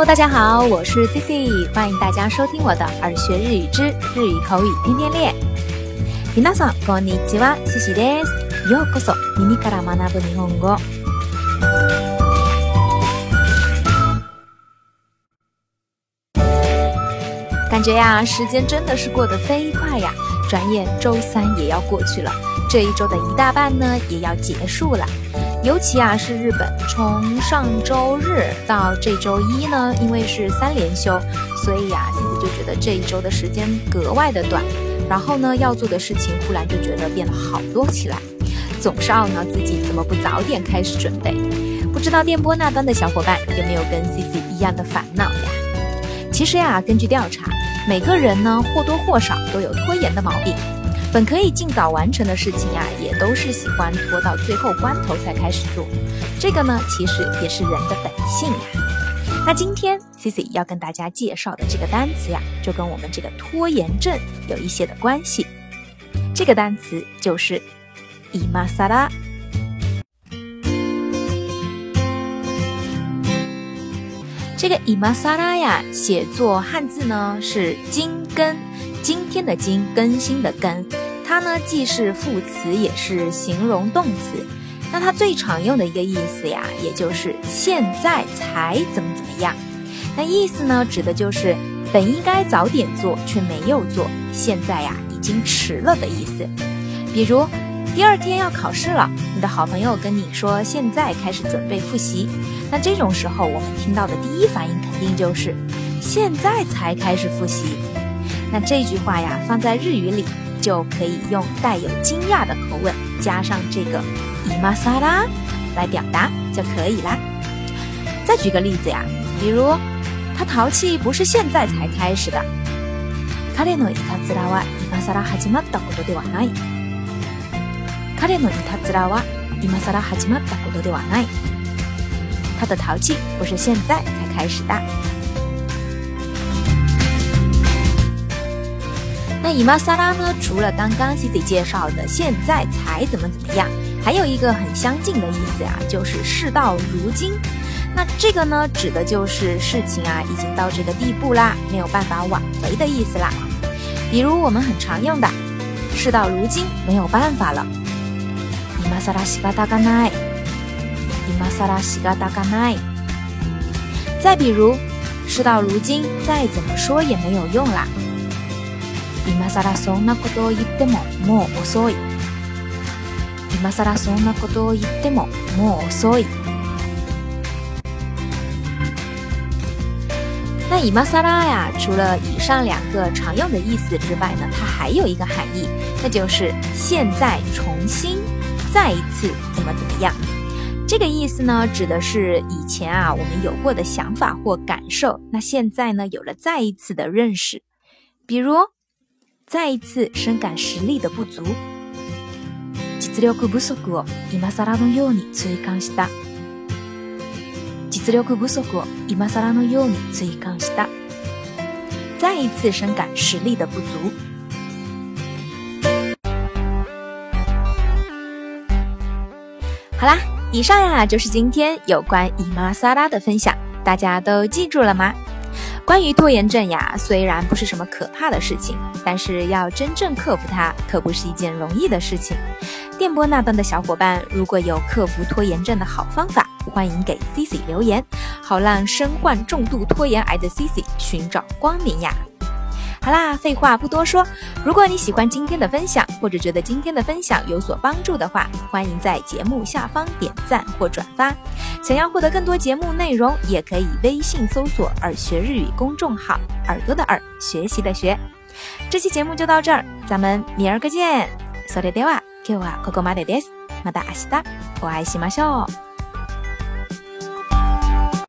大家好，我是 CC， 欢迎大家收听我的耳学日语之日语口语天天练。皆さんこんにちは、CCです。ようこそ耳から学ぶ日本語。感觉呀，时间真的是过得飞快呀，转眼周三也要过去了，这一周的一大半呢也要结束了。尤其是日本，从上周日到这周一呢，因为是3连休，所以Cici就觉得这一周的时间格外的短，然后呢要做的事情忽然就觉得变得好多起来，总是懊恼自己怎么不早点开始准备。不知道电波那端的小伙伴有没有跟 Cici 一样的烦恼呀？其实根据调查，每个人呢或多或少都有拖延的毛病。本可以尽早完成的事情也都是喜欢拖到最后关头才开始做。这个呢，其实也是人的本性呀。那今天 Cici 要跟大家介绍的这个单词就跟我们这个拖延症有一些的关系。这个单词就是今更。这个今更写作汉字呢是今更。今天的今，更新的更，它呢既是副词也是形容动词。那它最常用的一个意思也就是现在才怎么样。那意思呢指的就是本应该早点做却没有做，现在已经迟了的意思。比如第2天要考试了，你的好朋友跟你说现在开始准备复习，那这种时候我们听到的第一反应肯定就是现在才开始复习。那这句话放在日语里就可以用带有惊讶的口吻加上这个今更来表达就可以啦。再举个例子比如他淘气不是现在才开始的。彼のいたずらは今更始まったことではない。彼のいたずらは今更始まったことではない。他的淘气不是现在才开始的。那今更呢，除了刚刚 Cici 介绍的现在才怎么样，还有一个很相近的意思就是事到如今。那这个呢指的就是事情已经到这个地步啦，没有办法挽回的意思啦。比如我们很常用的事到如今没有办法了，今更仕方がない。今更仕方がない。再比如事到如今再怎么说也没有用啦，今更そんなことを言ってももう遅い。今更そんなことを言ってももう遅い。那今更除了以上2个常用的意思之外呢，它还有一个含义，那就是现在重新再一次怎么样。这个意思呢指的是以前我们有过的想法或感受，那现在呢有了再一次的认识。比如再一次深感实力的不足，実力不足を今更のように痛感した。実力不足を今更のように痛感した。再一次深感实力的不足。好啦，以上就是今天有关今更的分享，大家都记住了吗？关于拖延症虽然不是什么可怕的事情，但是要真正克服它可不是一件容易的事情。电波那端的小伙伴如果有克服拖延症的好方法，欢迎给 Cici 留言，好让身患重度拖延癌的 Cici 寻找光明好啦，废话不多说，如果你喜欢今天的分享，或者觉得今天的分享有所帮助的话，欢迎在节目下方点赞或转发。想要获得更多节目内容，也可以微信搜索耳学日语公众号，耳朵的耳，学习的学。这期节目就到这儿，咱们明儿个见。それでは今日はここまでです。また明日お会いしましょう。